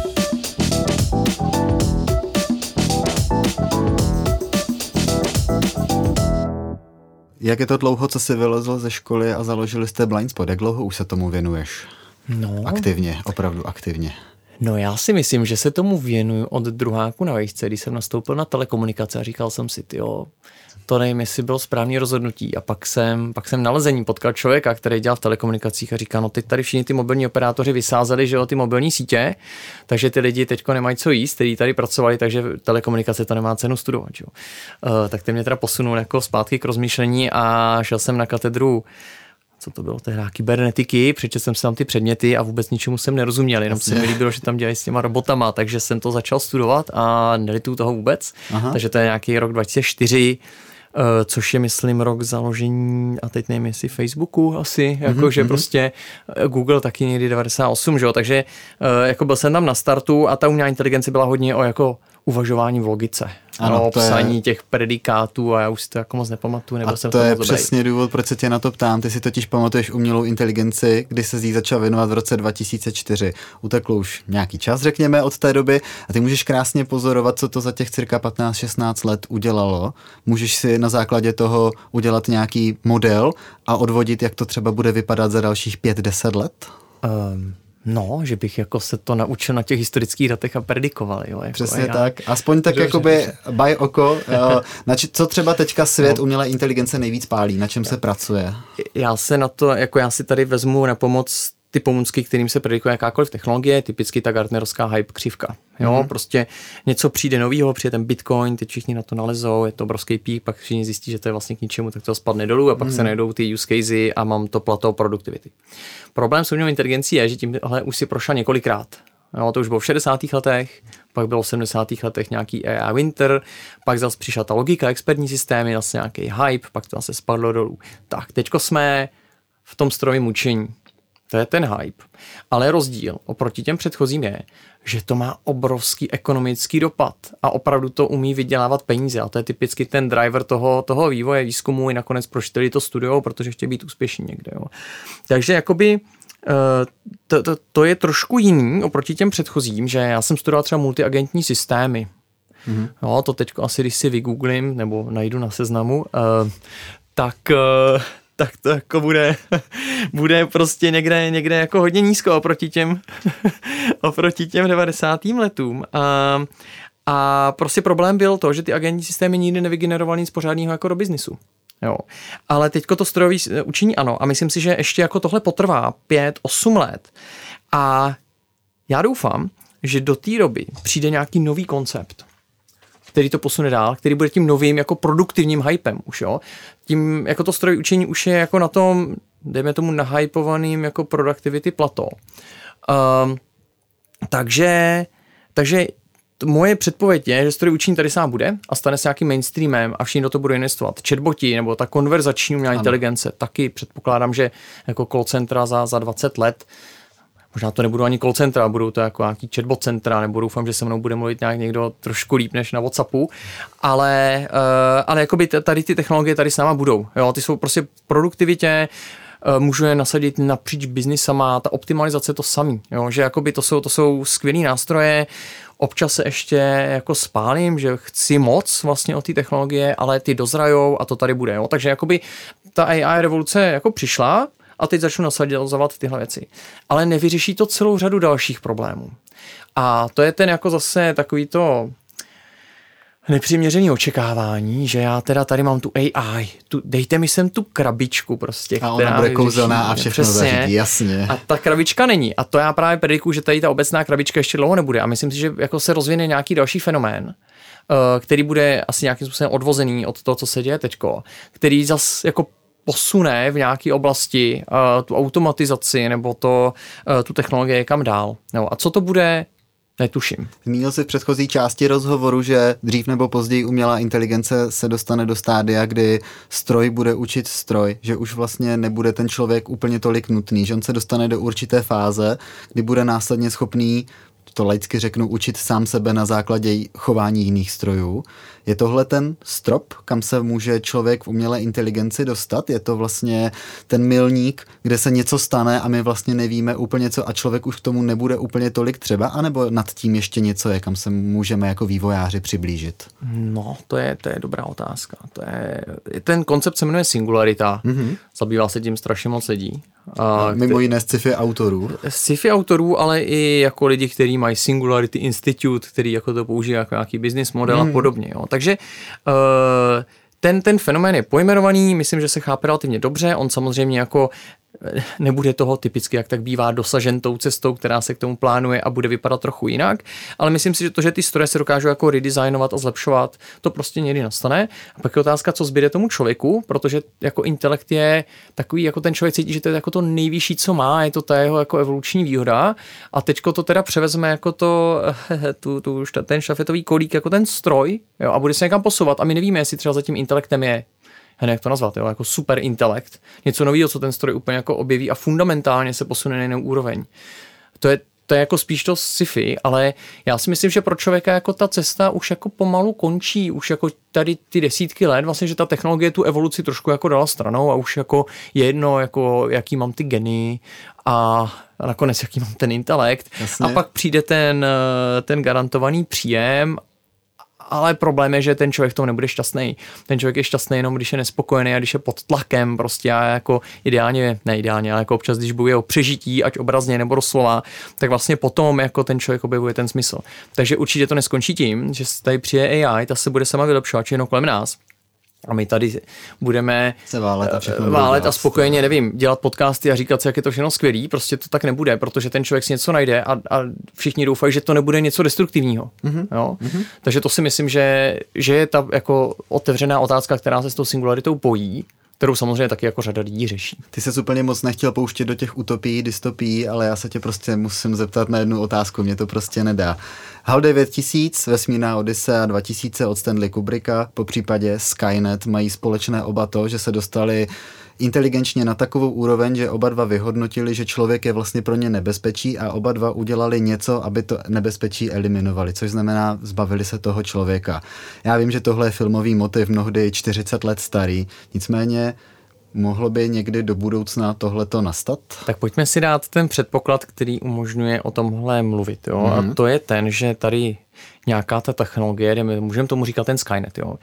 Jak je to dlouho, co jsi vylezl ze školy a založili jste Blindspot? Jak dlouho už se tomu věnuješ? No. Aktivně, opravdu aktivně. No já si myslím, že se tomu věnuju od druháku na vejšce, když jsem nastoupil na telekomunikace a říkal jsem si, tyjo, to nevím, jestli bylo správné rozhodnutí. A pak jsem, pak jsem na lezení potkal člověka, který dělal v telekomunikacích a říkal, no teď tady všichni ty mobilní operátoři vysázeli, že jo, ty mobilní sítě, takže ty lidi teďko nemají co jíst, kteří tady pracovali, takže telekomunikace to nemá cenu studovat. Jo. Uh, tak ten mě teda posunul jako zpátky k rozmýšlení a šel jsem na katedru, co to bylo tehdy, kybernetiky, přečetl jsem si tam ty předměty a vůbec ničemu jsem nerozuměl, jenom se mi líbilo, že tam dělají s těma robotama, takže jsem to začal studovat a nelituju toho vůbec. Aha. Takže to je nějaký rok dva tisíce čtyři, uh, což je, myslím, rok založení, a teď nevím, jestli Facebooku asi, mm-hmm, jakože mm-hmm. prostě Google taky někdy devadesát osm, že jo, takže uh, jako byl jsem tam na startu a ta umělá inteligence byla hodně o jako uvažování v logice. Ano, no, psaní je... těch predikátů a já už si to jako moc nepamatuju. Nebyl a jsem to je dobrý. Přesně důvod, proč se tě na to ptám. Ty si totiž pamatuješ umělou inteligenci, kdy se z ní začal věnovat v roce dva tisíce čtyři. Utekl už nějaký čas, řekněme, od té doby a ty můžeš krásně pozorovat, co to za těch cirka patnáct šestnáct let udělalo. Můžeš si na základě toho udělat nějaký model a odvodit, jak to třeba bude vypadat za dalších pět deset let? Um. No, že bych jako se to naučil na těch historických datech a predikoval. Jo, jako Přesně já. tak. Aspoň tak jakoby by oko. Na či, co třeba teďka svět no. umělé inteligence nejvíc pálí? Na čem se pracuje? Já se na to, jako já si tady vezmu na pomoc ty pomůcky, kterým se predikuje jakákoliv technologie, typicky ta gartnerovská hype křivka. Jo, mm. prostě něco přijde novýho, přijde ten Bitcoin, teď všichni na to nalezou, je to obrovský pík, pak všichni zjistí, že to je vlastně k ničemu, tak to spadne dolů a pak mm. se najdou ty use casey a mám to plateau produktivity. Problém s umělou inteligencí je, že tímhle už si prošla několikrát. Jo, to už bylo v šedesátých letech, pak bylo v sedmdesátých letech nějaký A I winter, pak zase přišla ta logika, expertní systémy, zase nějaký hype, pak to zase spadlo dolů. Tak, teďko jsme v tom strojovém učení. To je ten hype. Ale rozdíl oproti těm předchozím je, že to má obrovský ekonomický dopad a opravdu to umí vydělávat peníze. A to je typicky ten driver toho, toho vývoje, výzkumu i nakonec proč lidi to studujou, protože chtějí být úspěšní někde. Jo. Takže jakoby to, to, to je trošku jiný oproti těm předchozím, že já jsem studoval třeba multiagentní systémy. Mm-hmm. No, to teďko asi, když si vygooglím nebo najdu na seznamu, uh, tak... Uh, tak to jako bude, bude prostě někde, někde jako hodně nízko oproti těm, oproti těm devadesátým letům. A, a prostě problém byl to, že ty agentní systémy nikdy nevygenerovaly nic pořádného jako do biznisu. Jo. Ale teďko to strojové učení ano a myslím si, že ještě jako tohle potrvá pět, osm let. A já doufám, že do té doby přijde nějaký nový koncept, který to posune dál, který bude tím novým jako produktivním hypem už, jo. Tím jako to stroj učení už je jako na tom, dejme tomu nahypovaným jako productivity plateau. Um, takže, takže moje předpověď je, že stroj učení tady sám bude a stane se nějakým mainstreamem a všichni do toho budou investovat. Chatboti nebo ta konverzační umělá inteligence, taky předpokládám, že jako call centra za, za dvacet let. Možná to nebudou ani call centra, budou to jako nějaký chatbot centra, nebo doufám, že se mnou bude mluvit nějak někdo trošku líp než na WhatsAppu, ale, uh, ale jakoby tady ty technologie tady s náma budou. Jo, ty jsou prostě produktivitě, uh, můžu je nasadit napříč biznisama, ta optimalizace to samý, jo, že jakoby to jsou, to jsou skvělý nástroje, občas se ještě jako spálím, že chci moc vlastně o ty technologie, ale ty dozrajou a to tady bude, jo, takže jakoby ta A I revoluce jako přišla, a teď začnu nasazovat tyhle věci. Ale nevyřeší to celou řadu dalších problémů. A to je ten jako zase takový to nepřiměřený očekávání, že já teda tady mám tu A I, tu, dejte mi sem tu krabičku prostě, a ona bude kouzelná a všechno zařídí, jasně. A ta krabička není. A to já právě predikuju, že tady ta obecná krabička ještě dlouho nebude. A myslím si, že jako se rozvine nějaký další fenomén, který bude asi nějakým způsobem odvozený od toho, co se děje teďko, který zase jako posune v nějaké oblasti uh, tu automatizaci nebo to, uh, tu technologii kam dál. No, a co to bude, Netuším. Zmínil jsi v předchozí části rozhovoru, že dřív nebo později umělá inteligence se dostane do stádia, kdy stroj bude učit stroj, že už vlastně nebude ten člověk úplně tolik nutný, že on se dostane do určité fáze, kdy bude následně schopný, to laicky řeknu, učit sám sebe na základě chování jiných strojů. Je tohle ten strop, kam se může člověk v umělé inteligenci dostat? Je to vlastně ten milník, kde se něco stane a my vlastně nevíme úplně co a člověk už k tomu nebude úplně tolik třeba, anebo nad tím ještě něco je, kam se můžeme jako vývojáři přiblížit? No, to je, to je dobrá otázka. To je, ten koncept se jmenuje singularita. Mm-hmm. Zabývá se tím strašně moc lidí. A mimo jiné sci-fi autorů. Sci-fi autorů, ale i jako lidi, kteří mají Singularity Institute, který jako to používá jako nějaký business model mm. a podobně. Jo. Takže uh, ten, ten fenomén je pojmenovaný, myslím, že se chápe relativně dobře, on samozřejmě jako nebude toho typicky, jak tak bývá, dosažen tou cestou, která se k tomu plánuje a bude vypadat trochu jinak, ale myslím si, že to, že ty stroje se dokážou jako redesignovat a zlepšovat, to prostě někdy nastane. A pak je otázka, co zbyde tomu člověku, protože jako intelekt je takový, jako ten člověk cítí, že to je jako to nejvyšší, co má, je to ta jeho jako evoluční výhoda a teďko to teda převezme jako to, tu, tu, ten štafetový kolík, jako ten stroj, jo, a bude se někam posouvat a my nevíme, jestli třeba za tím intelektem je jak to nazvat, jo, jako super intelekt, něco nového, co ten stroj úplně jako objeví a fundamentálně se posune na jinou úroveň. To je, to je jako spíš to sci-fi, ale já si myslím, že pro člověka jako ta cesta už jako pomalu končí, už jako tady ty desítky let, vlastně, že ta technologie tu evoluci trošku jako dala stranou a už jako jedno, jako jaký mám ty geny a a nakonec jaký mám ten intelekt. Jasně. A pak přijde ten, ten garantovaný příjem. Ale problém je, že ten člověk v tom nebude šťastný. Ten člověk je šťastný jenom, když je nespokojený a když je pod tlakem prostě a jako ideálně, ne ideálně, ale jako občas, když bojuje o přežití, ať obrazně nebo doslova, tak vlastně potom jako ten člověk objevuje ten smysl. Takže určitě to neskončí tím, že tady přijde A I, ta se bude sama vylepšovat jenom kolem nás. A my tady budeme se válet a, všechno válet a spokojeně, nevím, dělat podcasty a říkat si, jak je to všechno skvělý, prostě to tak nebude, protože ten člověk si něco najde a, a všichni doufají, že to nebude něco destruktivního. Mm-hmm. Jo? Mm-hmm. Takže to si myslím, že, že je ta jako otevřená otázka, která se s tou singularitou pojí, kterou samozřejmě taky jako řada lidí řeší. Ty ses úplně moc nechtěl pouštět do těch utopií, dystopií, ale já se tě prostě musím zeptat na jednu otázku, mě to prostě nedá. HAL devět tisíc, Vesmírná Odyssea dva tisíce od Stanley Kubricka, po případě Skynet mají společné oba to, že se dostali inteligenčně na takovou úroveň, že oba dva vyhodnotili, že člověk je vlastně pro ně nebezpečí a oba dva udělali něco, aby to nebezpečí eliminovali, což znamená, zbavili se toho člověka. Já vím, že tohle je filmový motiv, mnohdy čtyřicet let starý, nicméně mohlo by někdy do budoucna tohleto nastat? Tak pojďme si dát ten předpoklad, který umožňuje o tomhle mluvit. Jo? Mm-hmm. A to je ten, že tady nějaká ta technologie, můžeme tomu říkat ten Skynet, jo?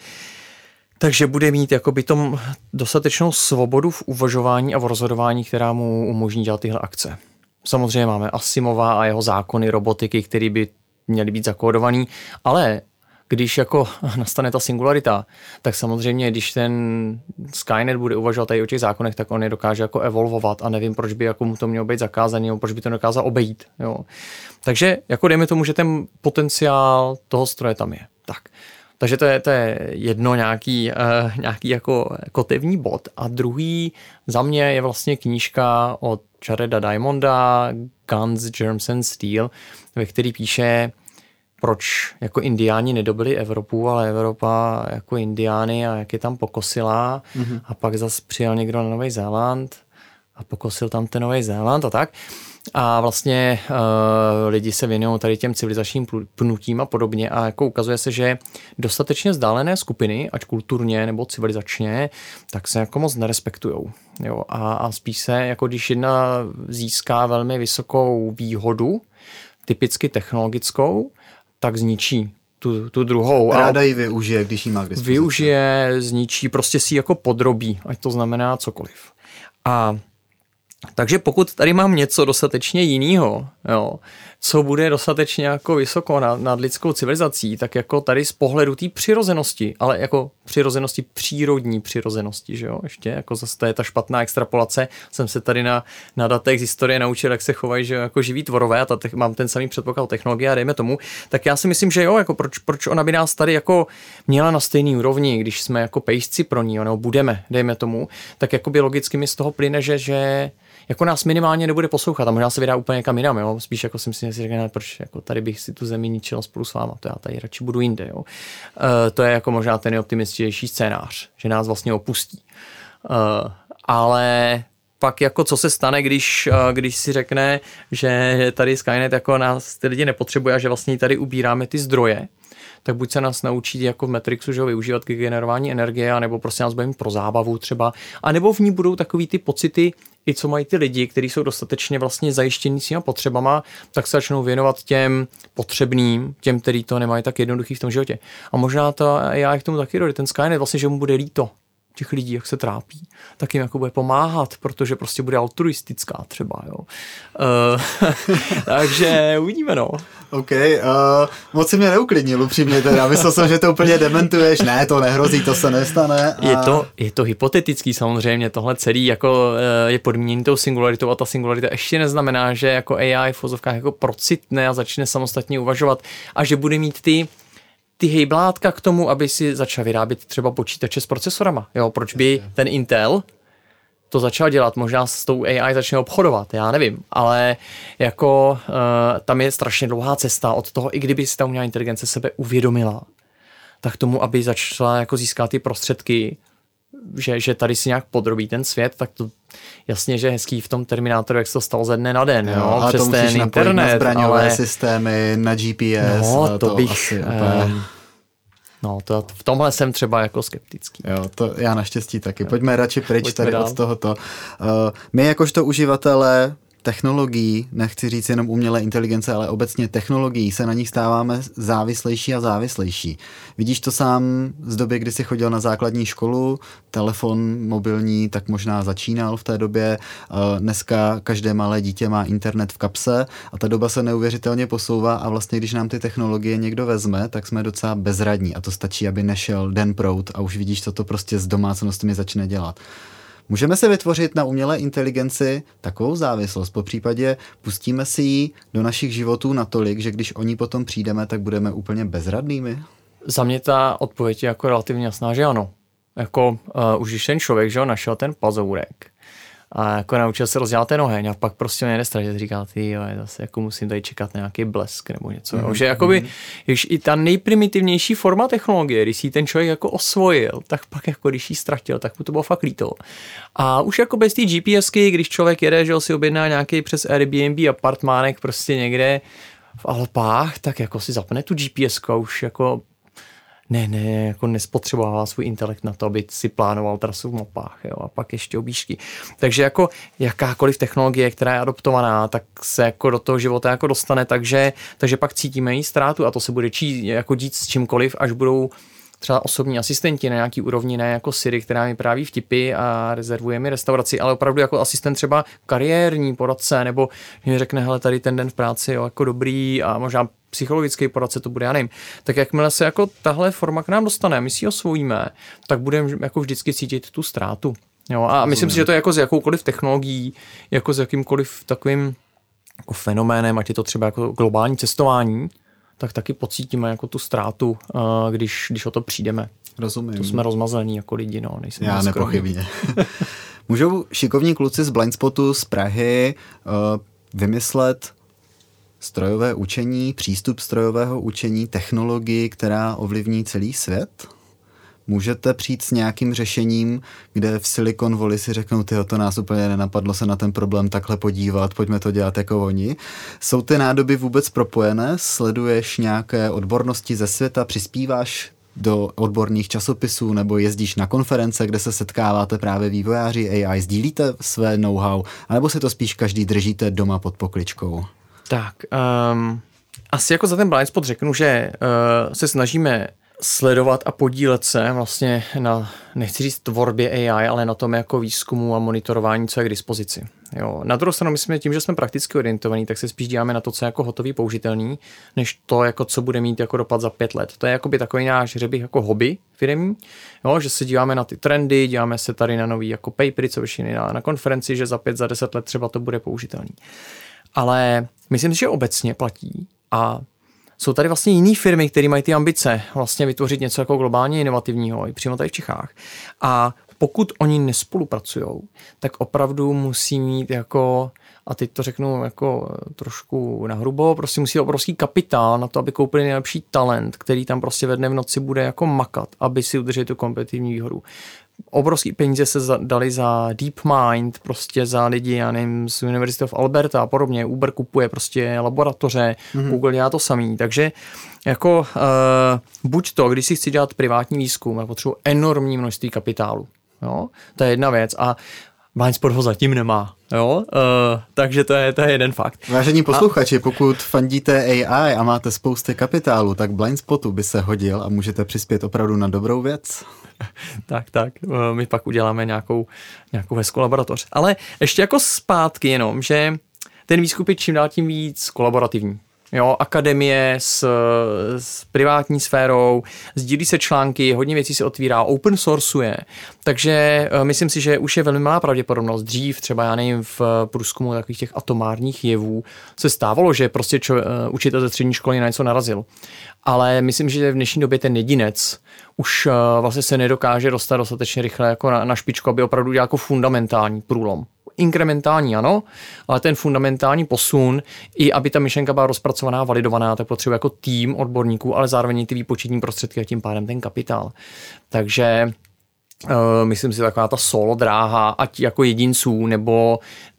Takže bude mít jakoby tom dostatečnou svobodu v uvažování a v rozhodování, která mu umožní dělat tyhle akce. Samozřejmě máme Asimova a jeho zákony robotiky, které by měly být zakódovaný, ale když jako nastane ta singularita, tak samozřejmě, když ten Skynet bude uvažovat tady o těch zákonech, tak on je dokáže jako evolvovat a nevím, proč by jako mu to mělo být zakázaný, nebo proč by to dokázal obejít. Jo. Takže jako dejme tomu, že ten potenciál toho stroje tam je. Tak. Takže to je, to je jedno nějaký, uh, nějaký jako kotevní bod. A druhý za mě je vlastně knížka od Jareda Diamonda, Guns, Germs and Steel, ve který píše, proč jako indiáni nedobili Evropu, ale Evropa jako indiány a jak je tam pokosila. Mm-hmm. A pak zase přijel někdo na Nový Zéland a pokosil tam ten Nový Zéland a tak. A vlastně uh, lidi se věnují tady těm civilizačním pnutím a podobně a jako ukazuje se, že dostatečně vzdálené skupiny, ať kulturně nebo civilizačně, tak se jako moc nerespektujou. Jo? A, a spíš se, jako když jedna získá velmi vysokou výhodu, typicky technologickou, tak zničí tu, tu druhou. Ráda ji využije, když ji má k dispozici. Využije, zničí, prostě si jako podrobí, ať to znamená cokoliv. A takže pokud tady mám něco dostatečně jiného, jo, co bude dostatečně jako vysoko nad, nad lidskou civilizací, tak jako tady z pohledu té přirozenosti, ale jako přirozenosti, přírodní přirozenosti, že jo, ještě jako zase to je ta špatná extrapolace, jsem se tady na, na datech z historie naučil, jak se chovají, že jo, jako živí tvorové a te, mám ten samý předpoklad technologie a dejme tomu, tak já si myslím, že jo, jako proč, proč ona by nás tady jako měla na stejný úrovni, když jsme jako pejsci pro ní, nebo budeme, dejme tomu, tak jako by logicky mi z toho plyne, že, že jako nás minimálně nebude poslouchat a možná se vydá úplně někam jinam, jo? Spíš jako si myslím, že si řekne, proč jako tady bych si tu zemi ničil spolu s váma, to já tady radši budu jinde. Jo? Uh, to je jako možná ten nejoptimističtější scénář, že nás vlastně opustí. Uh, ale pak jako co se stane, když, když si řekne, že tady Skynet jako nás ty lidi nepotřebuje a že vlastně tady ubíráme ty zdroje, tak buď se nás naučí jako v Matrixu, že ho využívat k generování energie, anebo prostě nás bude mít pro zábavu třeba, anebo v ní budou takový ty pocity, i co mají ty lidi, kteří jsou dostatečně vlastně zajištění svýma potřebama, tak se začnou věnovat těm potřebným, těm, kteří to nemají tak jednoduchý v tom životě. A možná to já k tomu taky dojde, ten Skynet vlastně, že mu bude líto těch lidí, jak se trápí, tak jim jako bude pomáhat, protože prostě bude altruistická třeba, jo. Uh, takže uvidíme, no. OK, uh, moc si mě neuklidnil, upřímně teda, myslel jsem, že to úplně dementuješ, ne, to nehrozí, to se nestane. A... Je to, je to hypotetický samozřejmě, tohle celý jako uh, je podmíněný tou singularitou a ta singularita ještě neznamená, že jako A I v vozovkách jako procitne a začne samostatně uvažovat a že bude mít ty ty hejblátka k tomu, aby si začal vyrábět třeba počítače s procesorama. Jo, proč by ten Intel to začal dělat? Možná s tou A I začne obchodovat, já nevím, ale jako uh, tam je strašně dlouhá cesta od toho, i kdyby si ta umělá inteligence sebe uvědomila, tak tomu, aby začala jako získat ty prostředky, že, že tady si nějak podrobí ten svět, tak to jasně, že hezký v tom Terminátoru, jak se to stalo ze dne na den, jo, jo přes ten internet. Na zbraňové ale... systémy, na G P S. No, to, to bych... asi Eh, úplně... No, to, v tomhle jsem třeba jako skeptický. Jo, to já naštěstí taky. Pojďme radši pryč Pojďme tady dál. od tohoto. Uh, my jakožto uživatelé technologií, nechci říct jenom umělé inteligence, ale obecně technologií, se na nich stáváme závislejší a závislejší. Vidíš to sám z doby, kdy jsi chodil na základní školu, telefon mobilní tak možná začínal v té době, dneska každé malé dítě má internet v kapse a ta doba se neuvěřitelně posouvá a vlastně když nám ty technologie někdo vezme, tak jsme docela bezradní a to stačí, aby nešel den proud a už vidíš, co to prostě s domácnostmi začne dělat. Můžeme se vytvořit na umělé inteligenci takovou závislost, popřípadě pustíme si ji do našich životů natolik, že když o ní potom přijdeme, tak budeme úplně bezradnými? Za mě ta odpověď je jako relativně jasná, že ano. Jako uh, už když ten člověk, že ho našel ten pazourek a jako naučil se rozdělat ten oheň a pak prostě mě nestražit, říká, ty jo, zase jako musím tady čekat na nějaký blesk nebo něco. Mm, že jakoby, mm. když i ta nejprimitivnější forma technologie, když si ten člověk jako osvojil, tak pak jako když ji ztratil, tak mu to bylo fakt líto. A už jako bez té GPSky, když člověk jede, že si objedná nějaký přes Airbnb apartmánek prostě někde v Alpách, tak jako si zapne tu GPSku a už jako ne, ne, jako nespotřeboval svůj intelekt na to, aby si plánoval trasu v mapách, jo, a pak ještě objížďky. Takže jako jakákoliv technologie, která je adoptovaná, tak se jako do toho života jako dostane, takže, takže pak cítíme její ztrátu a to se bude čí, jako dít s čímkoliv, až budou třeba osobní asistenti na nějaký úrovni, ne jako Siri, která mi práví vtipy a rezervuje mi restauraci, ale opravdu jako asistent třeba kariérní poradce, nebo mi řekne, hele, tady ten den v práci, jo, jako dobrý a možná psychologický poradce to bude, já nevím. Tak jakmile se jako tahle forma k nám dostane, my si ji osvojíme, tak budeme jako vždycky cítit tu ztrátu. Jo, a Rozumím. Myslím si, že to je jako s jakoukoliv technologií, jako s jakýmkoliv takovým jako fenoménem, ať je to třeba jako globální cestování, tak taky pocítíme jako tu ztrátu, když, když o to přijdeme. Rozumím. To jsme rozmazlení jako lidi, no, nejsme Já nepochybně. Můžou šikovní kluci z Blindspotu z Prahy uh, vymyslet strojové učení, přístup strojového učení, technologii, která ovlivní celý svět? Můžete přijít s nějakým řešením, kde v Silicon Valley si řeknou, tyjo, to nás úplně nenapadlo se na ten problém takhle podívat, pojďme to dělat jako oni. Jsou ty nádoby vůbec propojené? Sleduješ nějaké odbornosti ze světa, přispíváš do odborných časopisů nebo jezdíš na konference, kde se setkáváte právě vývojáři A I, sdílíte své know-how, anebo si to spíš každý držíte doma pod pokličkou? Tak, um, asi jako za ten Blindspot řeknu, že uh, se snažíme sledovat a podílet se vlastně na, nechci říct tvorbě A I, ale na tom jako výzkumu a monitorování, co je k dispozici. Jo. Na druhou stranu myslím, tím, že jsme prakticky orientovaní, tak se spíš díváme na to, co je jako hotový, použitelný, než to, jako co bude mít jako dopad za pět let. To je jakoby takový náš, řekl bych, jako hobby firemní, jo, že se díváme na ty trendy, díváme se tady na nový jako papery, co vyšly na, na konferenci, že za pět, za deset let třeba to bude použitelný. Ale myslím si, že obecně platí a jsou tady vlastně jiné firmy, které mají ty ambice vlastně vytvořit něco jako globálně inovativního, i přímo tady v Čechách. A pokud oni nespolupracují, tak opravdu musí mít jako, a teď to řeknu jako trošku nahrubo, prostě musí obrovský kapitál na to, aby koupili nejlepší talent, který tam prostě ve dne v noci bude jako makat, aby si udrželi tu kompetitivní výhodu. Obrovský peníze se za, dali za DeepMind, prostě za lidi, já nevím, z University of Alberta a podobně. Uber kupuje prostě laboratoře, mm-hmm. Google dělá to samý. Takže jako uh, buď to, když si chci dělat privátní výzkum, já potřebuji enormní množství kapitálu. Jo? To je jedna věc a Blindspot ho zatím nemá. Jo? Uh, takže to je, to je jeden fakt. Vážení posluchači, a... pokud fandíte A I a máte spousty kapitálu, tak Blindspotu by se hodil a můžete přispět opravdu na dobrou věc. tak, tak. My pak uděláme nějakou, nějakou hezkou laboratoř. Ale ještě jako zpátky jenom, že ten výzkum je čím dál tím víc kolaborativní. Jo, akademie s, s privátní sférou, sdílí se články, hodně věcí se otvírá, open sourceuje, takže uh, myslím si, že už je velmi malá pravděpodobnost. Dřív třeba, já nevím, v průzkumu takových těch atomárních jevů se stávalo, že prostě čo, uh, učitel ze střední školy na něco narazil. Ale myslím, že v dnešní době ten jedinec už uh, vlastně se nedokáže dostat dostatečně rychle jako na, na špičku, aby opravdu dělal jako fundamentální průlom. Inkrementální, ano, ale ten fundamentální posun, i aby ta myšlenka byla rozpracovaná, validovaná, tak potřebuje jako tým odborníků, ale zároveň ty výpočetní prostředky a tím pádem ten kapitál. Takže uh, myslím si, taková ta solo dráha, ať jako jedinců, nebo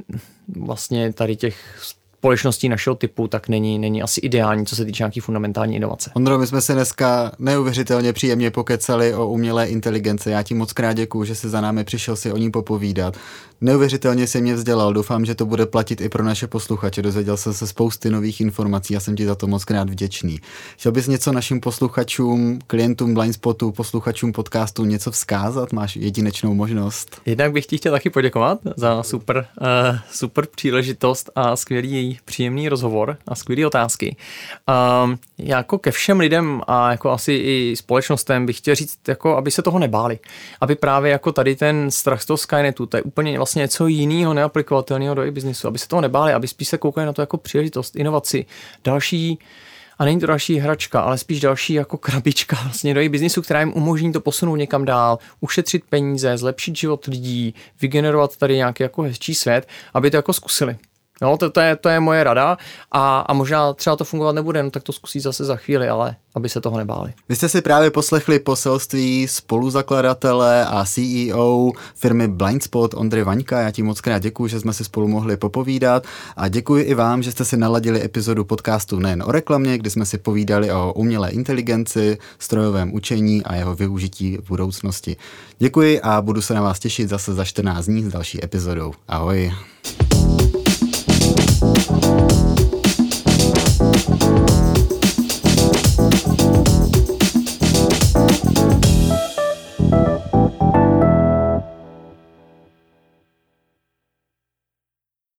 vlastně tady těch společností našeho typu, tak není, není asi ideální, co se týče nějaký fundamentální inovace. Ondro, my jsme se dneska neuvěřitelně příjemně pokecali o umělé inteligenci. Já ti moc krát děkuju, že jsi za námi přišel si o ní popovídat. Neuvěřitelně si mě vzdělal, doufám, že to bude platit i pro naše posluchače. Dozvěděl jsem se spousty nových informací a jsem ti za to moc krát vděčný. Chtěl bys něco našim posluchačům, klientům Blindspotu, posluchačům podcastu něco vzkázat? Máš jedinečnou možnost. Jednak bych ti chtěl taky poděkovat za super, uh, super příležitost a skvělý, příjemný rozhovor a skvělé otázky. Um, jako ke všem lidem a jako asi i společnostem bych chtěl říct, jako aby se toho nebáli. Aby právě jako tady ten strach z toho Skynetu, to je úplně vlastně něco jiného, neaplikovatelného do jejich biznisu, aby se toho nebáli, aby spíš se koukali na to jako příležitost, inovaci, další, a není to další hračka, ale spíš další jako krabička vlastně do jejich biznisu, která jim umožní to posunout někam dál, ušetřit peníze, zlepšit život lidí, vygenerovat tady nějaký jako hezčí svět, aby to jako zkusili. No, to, to, je, to je moje rada a, a možná třeba to fungovat nebude, no tak to zkusí zase za chvíli, ale aby se toho nebáli. Vy jste si právě poslechli poselství spoluzakladatele a C E O firmy Blindspot Ondry Vaňka. Já ti moc krát děkuji, že jsme si spolu mohli popovídat a děkuji i vám, že jste si naladili epizodu podcastu Nejen o reklamě, kdy jsme si povídali o umělé inteligenci, strojovém učení a jeho využití v budoucnosti. Děkuji a budu se na vás těšit zase za čtrnáct dní s další epizodou. Ahoj.